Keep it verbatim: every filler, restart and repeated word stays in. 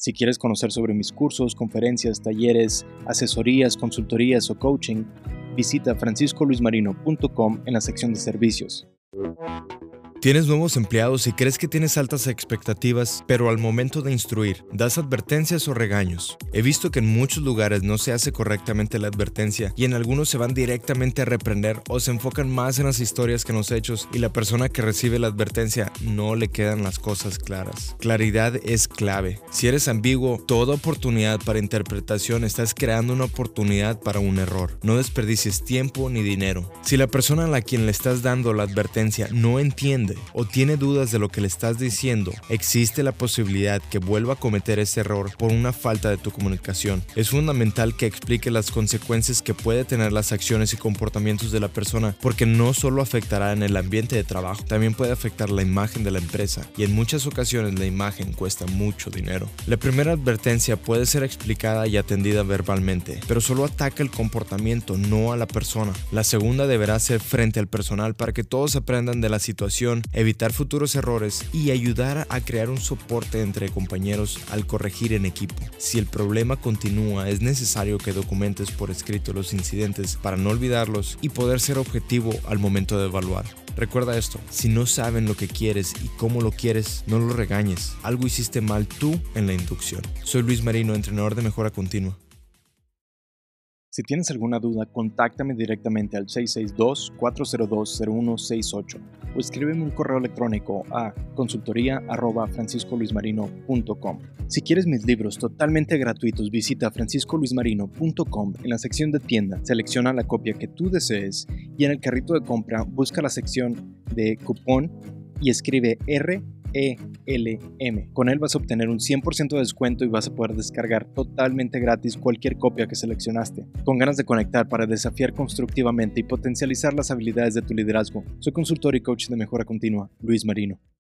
Si quieres conocer sobre mis cursos, conferencias, talleres, asesorías, consultorías o coaching, visita francisco luis marino punto com en la sección de servicios. ¿Tienes nuevos empleados y crees que tienes altas expectativas, pero al momento de instruir, das advertencias o regaños? He visto que en muchos lugares no se hace correctamente la advertencia y en algunos se van directamente a reprender o se enfocan más en las historias que en los hechos y la persona que recibe la advertencia no le quedan las cosas claras. Claridad es clave. Si eres ambiguo, toda oportunidad para interpretación estás creando una oportunidad para un error. No desperdicies tiempo ni dinero. Si la persona a la quien le estás dando la advertencia no entiende o tiene dudas de lo que le estás diciendo, existe la posibilidad que vuelva a cometer ese error por una falta de tu comunicación. Es fundamental que explique las consecuencias que puede tener las acciones y comportamientos de la persona, porque no solo afectará en el ambiente de trabajo, también puede afectar la imagen de la empresa, y en muchas ocasiones la imagen cuesta mucho dinero. La primera advertencia puede ser explicada y atendida verbalmente, pero solo ataca el comportamiento, no a la persona. La segunda deberá ser frente al personal para que todos aprendan de la situación, evitar futuros errores y ayudar a crear un soporte entre compañeros al corregir en equipo. Si el problema continúa, es necesario que documentes por escrito los incidentes para no olvidarlos y poder ser objetivo al momento de evaluar. Recuerda esto, si no saben lo que quieres y cómo lo quieres, no lo regañes. Algo hiciste mal tú en la inducción. Soy Luis Marino, entrenador de mejora continua. Si tienes alguna duda, contáctame directamente al seis seis dos, cuatro cero dos, cero uno seis ocho o escríbeme un correo electrónico a consultoría arroba francisco luis marino punto com. Si quieres mis libros totalmente gratuitos, visita francisco luis marino punto com en la sección de tienda, selecciona la copia que tú desees y en el carrito de compra busca la sección de cupón y escribe R E L M. Con él vas a obtener un cien por ciento de descuento y vas a poder descargar totalmente gratis cualquier copia que seleccionaste. Con ganas de conectar para desafiar constructivamente y potencializar las habilidades de tu liderazgo, soy consultor y coach de mejora continua, Luis Marino.